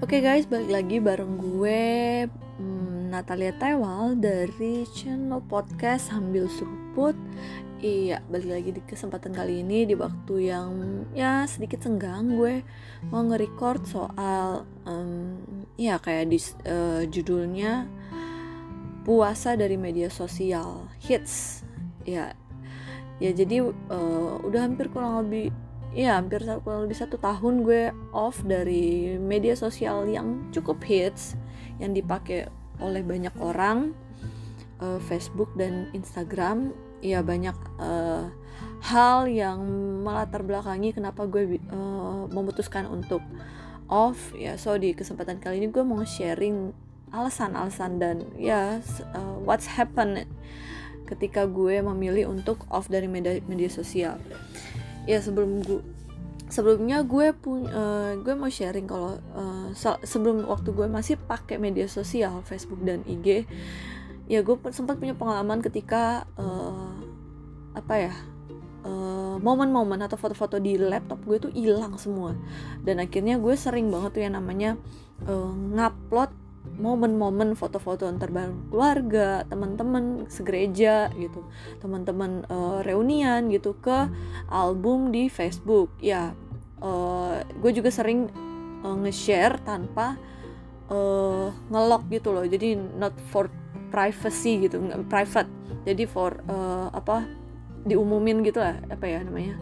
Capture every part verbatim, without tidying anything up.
Oke guys, balik lagi bareng gue hmm, Natalia Tewal dari channel podcast Sambil Seruput. Iya, balik lagi di kesempatan kali ini di waktu yang ya sedikit senggang. Gue mau nge-record soal um, ya kayak di uh, judulnya puasa dari media sosial hits. Ya, ya jadi uh, udah hampir kurang lebih Ya, hampir kurang lebih satu tahun gue off dari media sosial yang cukup hits, yang dipakai oleh banyak orang, uh, Facebook dan Instagram. Ya, banyak uh, hal yang melatar belakangi kenapa gue uh, memutuskan untuk off. Ya, so di kesempatan kali ini gue mau sharing alasan-alasan dan ya uh, what's happened ketika gue memilih untuk off dari media, media sosial. Ya sebelum gue sebelumnya gue punya uh, gue mau sharing kalau uh, so, sebelum waktu gue masih pakai media sosial Facebook dan I G, ya gue sempat punya pengalaman ketika uh, apa ya uh, momen-momen atau foto-foto di laptop gue tuh hilang semua, dan akhirnya gue sering banget tuh yang namanya uh, ngupload momen-momen foto-foto antar bareng keluarga, teman-teman segereja gitu, teman-teman uh, reunian gitu ke album di Facebook. Ya, uh, gue juga sering uh, nge-share tanpa uh, nge-lock gitu loh. Jadi not for privacy gitu, nggak private. Jadi for uh, apa diumumin gitu lah, apa ya namanya?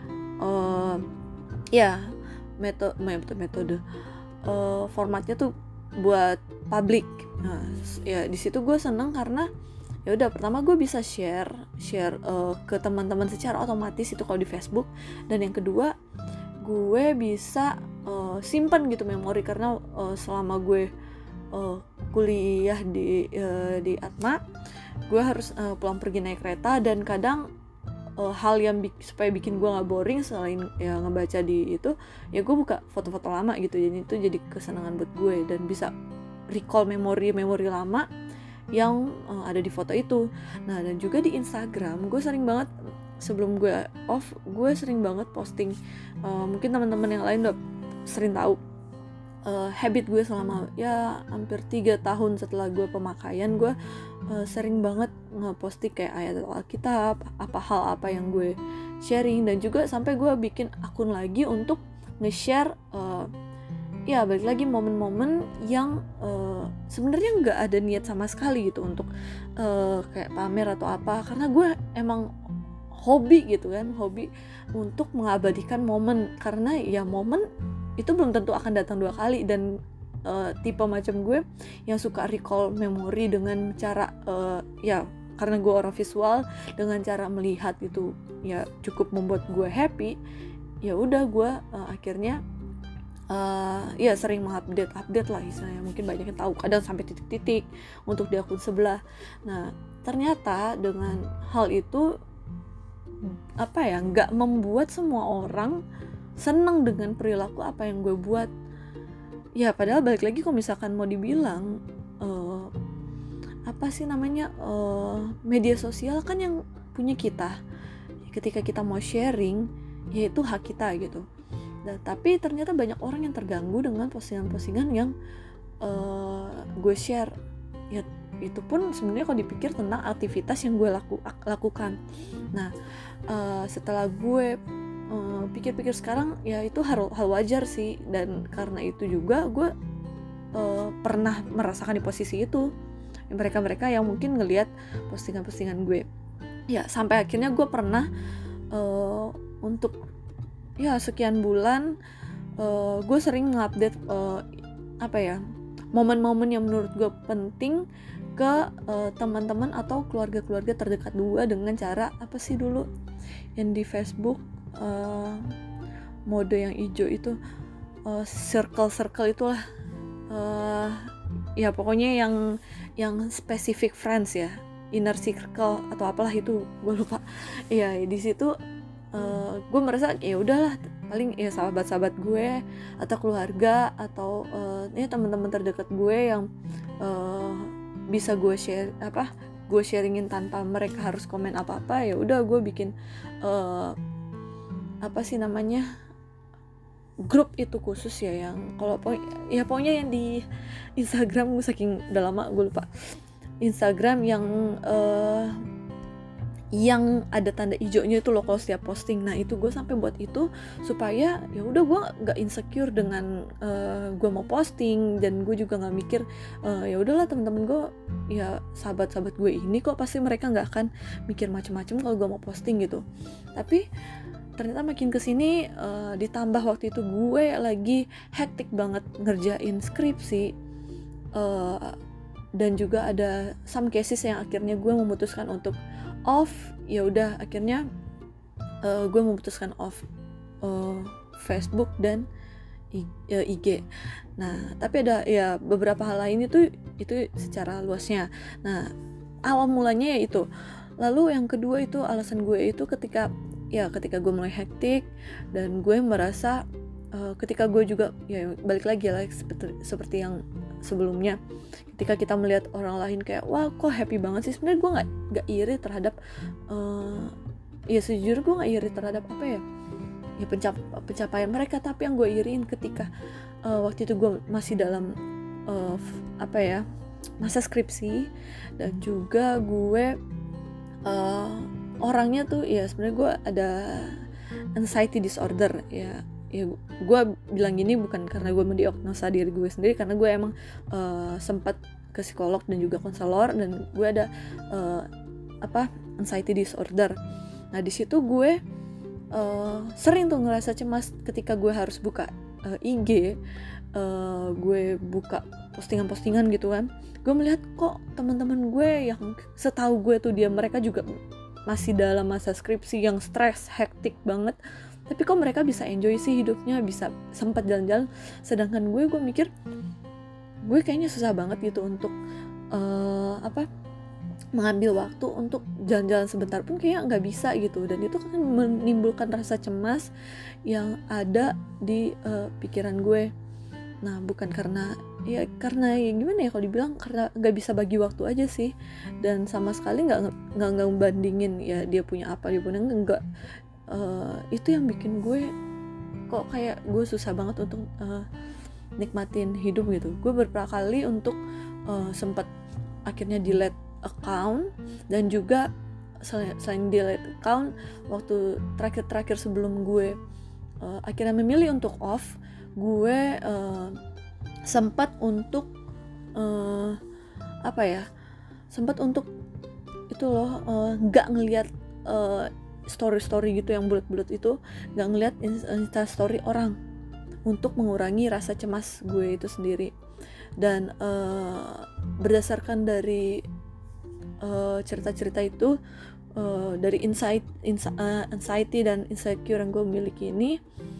Uh, ya metode metode metode uh, formatnya tuh buat publik. Nah, ya di situ gue seneng karena ya udah, pertama gue bisa share share uh, ke teman-teman secara otomatis itu kalau di Facebook, dan yang kedua gue bisa uh, simpan gitu memori, karena uh, selama gue uh, kuliah di uh, di Atma, gue harus uh, pulang pergi naik kereta, dan kadang Uh, hal yang bi- supaya bikin gue nggak boring selain ya ngebaca di itu, ya gue buka foto-foto lama gitu. Jadi itu jadi kesenangan buat gue dan bisa recall memori-memori lama yang uh, ada di foto itu. Nah, dan juga di Instagram gue sering banget, sebelum gue off, gue sering banget posting. Uh, mungkin teman-teman yang lain udah sering tahu uh, habit gue selama ya hampir tiga tahun setelah gue pemakaian. Gue uh, sering banget nge-posting kayak ayat Alkitab, apa hal apa yang gue sharing, dan juga sampai gue bikin akun lagi untuk nge-share uh, ya balik lagi momen-momen yang uh, sebenarnya nggak ada niat sama sekali gitu untuk uh, kayak pamer atau apa, karena gue emang hobi gitu kan, hobi untuk mengabadikan momen, karena ya momen itu belum tentu akan datang dua kali. Dan uh, tipe macam gue yang suka recall memori dengan cara uh, ya karena gue orang visual, dengan cara melihat itu ya cukup membuat gue happy. Ya udah, gue uh, akhirnya uh, ya sering mengupdate update lah istilahnya. Mungkin banyak yang tahu, kadang sampai titik-titik untuk di akun sebelah. Nah, ternyata dengan hal itu apa ya nggak membuat semua orang seneng dengan perilaku apa yang gue buat. Ya padahal balik lagi, kalau misalkan mau dibilang uh, apa sih namanya uh, media sosial kan yang punya kita. Ketika kita mau sharing, ya itu hak kita gitu. Nah, tapi ternyata banyak orang yang terganggu dengan postingan-postingan yang uh, gue share. Ya itu pun sebenarnya kalau dipikir tentang aktivitas yang gue laku, lakukan. Nah, uh, setelah gue uh, pikir-pikir sekarang, ya itu hal, hal wajar sih. Dan karena itu juga gue uh, pernah merasakan di posisi itu, mereka-mereka yang mungkin ngelihat postingan-postingan gue. Ya sampai akhirnya gue pernah uh, untuk ya sekian bulan uh, gue sering ngupdate uh, apa ya momen-momen yang menurut gue penting ke uh, teman-teman atau keluarga-keluarga terdekat gue, dengan cara apa sih dulu yang di Facebook uh, mode yang hijau itu, uh, circle-circle itulah, uh, ya pokoknya yang yang specific friends ya, inner circle atau apalah itu, gue lupa. Ya di situ uh, gue merasa ya udahlah, paling ya sahabat-sahabat gue atau keluarga atau uh, ya teman-teman terdekat gue yang uh, bisa gue share apa gue sharingin tanpa mereka harus komen apa-apa. Ya udah, gue bikin uh, apa sih namanya grup itu khusus ya, yang kalau ya pokoknya yang di Instagram, gue saking udah lama gue lupa Instagram yang uh, yang ada tanda hijaunya itu loh kalau setiap posting. Nah itu gue sampai buat itu supaya ya udah gue nggak insecure dengan uh, gue mau posting, dan gue juga nggak mikir uh, ya udahlah teman-teman gue ya sahabat-sahabat gue ini kok pasti mereka nggak akan mikir macam-macam kalau gue mau posting gitu. Tapi ternyata makin kesini uh, ditambah waktu itu gue lagi hektik banget ngerjain skripsi, uh, dan juga ada some cases yang akhirnya gue memutuskan untuk off. Ya udah akhirnya uh, gue memutuskan off uh, Facebook dan I, uh, I G. Nah tapi ada ya beberapa hal lain itu itu secara luasnya. Nah awal mulanya ya itu. Lalu yang kedua itu alasan gue itu ketika ya ketika gue mulai hektik dan gue merasa uh, ketika gue juga ya balik lagi lah seperti, seperti yang sebelumnya, ketika kita melihat orang lain kayak wah kok happy banget sih, sebenarnya gue nggak nggak iri terhadap uh, ya sejujurnya gue nggak iri terhadap apa ya ya pencap- pencapaian mereka, tapi yang gue iriin ketika uh, waktu itu gue masih dalam uh, apa ya masa skripsi, dan juga gue uh, orangnya tuh ya sebenarnya gue ada anxiety disorder ya. Ya gue bilang gini bukan karena gue mendiagnosa diri gue sendiri, karena gue emang uh, sempat ke psikolog dan juga konselor, dan gue ada uh, apa anxiety disorder. Nah di situ gue uh, sering tuh ngerasa cemas ketika gue harus buka uh, I G, uh, gue buka postingan-postingan gitu kan, gue melihat kok teman-teman gue yang setahu gue tuh dia mereka juga masih dalam masa skripsi yang stres hektik banget, tapi kok mereka bisa enjoy sih hidupnya, bisa sempat jalan-jalan, sedangkan gue gue mikir gue kayaknya susah banget gitu untuk uh, apa mengambil waktu untuk jalan-jalan sebentar pun kayak nggak bisa gitu, dan itu kan menimbulkan rasa cemas yang ada di uh, pikiran gue. Nah bukan karena ya karena ya gimana ya kalau dibilang karena nggak bisa bagi waktu aja sih, dan sama sekali nggak nggak nggak membandingin ya dia punya apa dia punya enggak. Uh, itu yang bikin gue kok kayak gue susah banget untuk uh, nikmatin hidup gitu. Gue beberapa kali untuk uh, sempat akhirnya delete account, dan juga selain, selain delete account, waktu terakhir-terakhir sebelum gue uh, akhirnya memilih untuk off, gue uh, sempat untuk uh, apa ya sempat untuk itu loh nggak uh, ngelihat uh, story-story gitu yang bulat-bulat itu, nggak ngeliat insta story orang untuk mengurangi rasa cemas gue itu sendiri. Dan uh, berdasarkan dari uh, cerita-cerita itu, uh, dari insight, insa, uh, anxiety dan insecure yang gue miliki ini,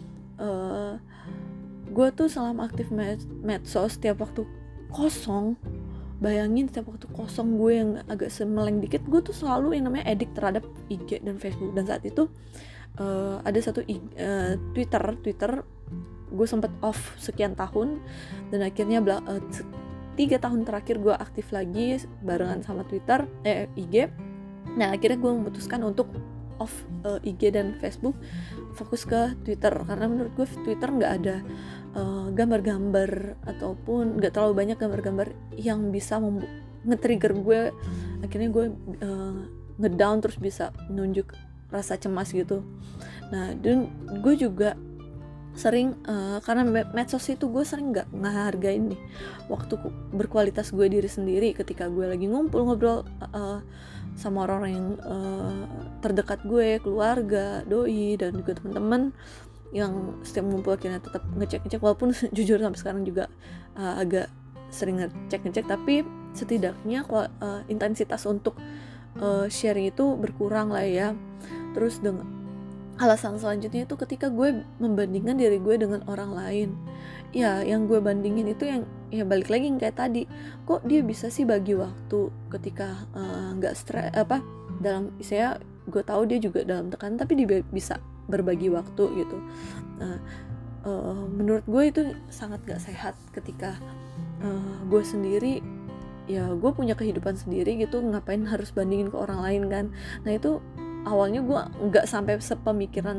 uh, gue tuh selama aktif med- medsos setiap waktu kosong, bayangin setiap waktu kosong gue yang agak semeleng dikit, gue tuh selalu yang namanya addict terhadap I G dan Facebook. Dan saat itu uh, ada satu uh, Twitter Twitter gue sempat off sekian tahun, dan akhirnya bela- uh, tiga tahun terakhir gue aktif lagi barengan sama Twitter eh I G. Nah akhirnya gue memutuskan untuk off uh, I G dan Facebook, fokus ke Twitter, karena menurut gue Twitter nggak ada Uh, gambar-gambar ataupun nggak terlalu banyak gambar-gambar yang bisa membu- nge-trigger gue, akhirnya gue uh, ngedown terus bisa menunjuk rasa cemas gitu. Nah dan gue juga sering uh, karena medsos itu gue sering nggak ngehargain nih waktu berkualitas gue diri sendiri ketika gue lagi ngumpul ngobrol uh, sama orang-orang yang uh, terdekat gue, keluarga, doi, dan juga teman-teman yang setiap ngumpul akhirnya tetap ngecek-ngecek, walaupun jujur sampai sekarang juga uh, agak sering ngecek-ngecek, tapi setidaknya uh, intensitas untuk uh, sharing itu berkurang lah ya. Terus dengan alasan selanjutnya itu ketika gue membandingkan diri gue dengan orang lain, ya yang gue bandingin itu yang ya balik lagi yang kayak tadi, kok dia bisa sih bagi waktu ketika nggak uh, stres apa dalam saya gue tahu dia juga dalam tekanan, tapi dia bisa berbagi waktu gitu. Nah, uh, menurut gue itu sangat gak sehat ketika uh, gue sendiri ya gue punya kehidupan sendiri gitu, ngapain harus bandingin ke orang lain kan. Nah itu awalnya gue nggak sampai sepemikiran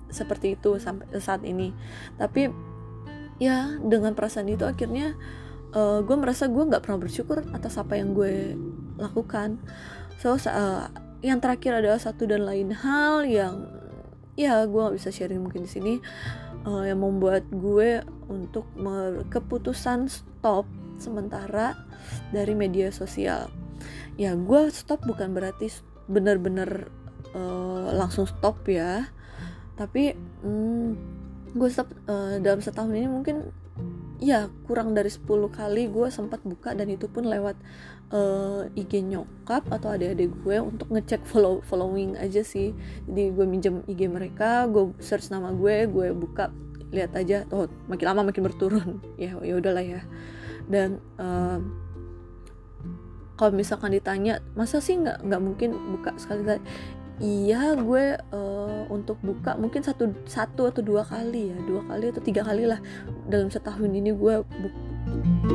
seperti itu sampai saat ini. Tapi ya dengan perasaan itu akhirnya uh, gue merasa gue nggak pernah bersyukur atas apa yang gue lakukan. So uh, yang terakhir adalah satu dan lain hal yang ya gue nggak bisa sharing mungkin di sini, uh, yang membuat gue untuk me- keputusan stop sementara dari media sosial. Ya gue stop bukan berarti benar-benar uh, langsung stop ya, tapi hmm, gue stop uh, dalam setahun ini mungkin ya kurang dari sepuluh kali gue sempat buka, dan itu pun lewat uh, I G nyokap atau adik-adik gue untuk ngecek follow following aja sih. Jadi gue minjem I G mereka, gue search nama gue, gue buka lihat aja, oh makin lama makin berturun. ya ya udahlah ya. Dan uh, kalau misalkan ditanya masa sih nggak nggak mungkin buka sekali-kali, iya gue uh, untuk buka mungkin satu satu atau dua kali ya dua kali atau tiga kali lah dalam setahun ini gue buka.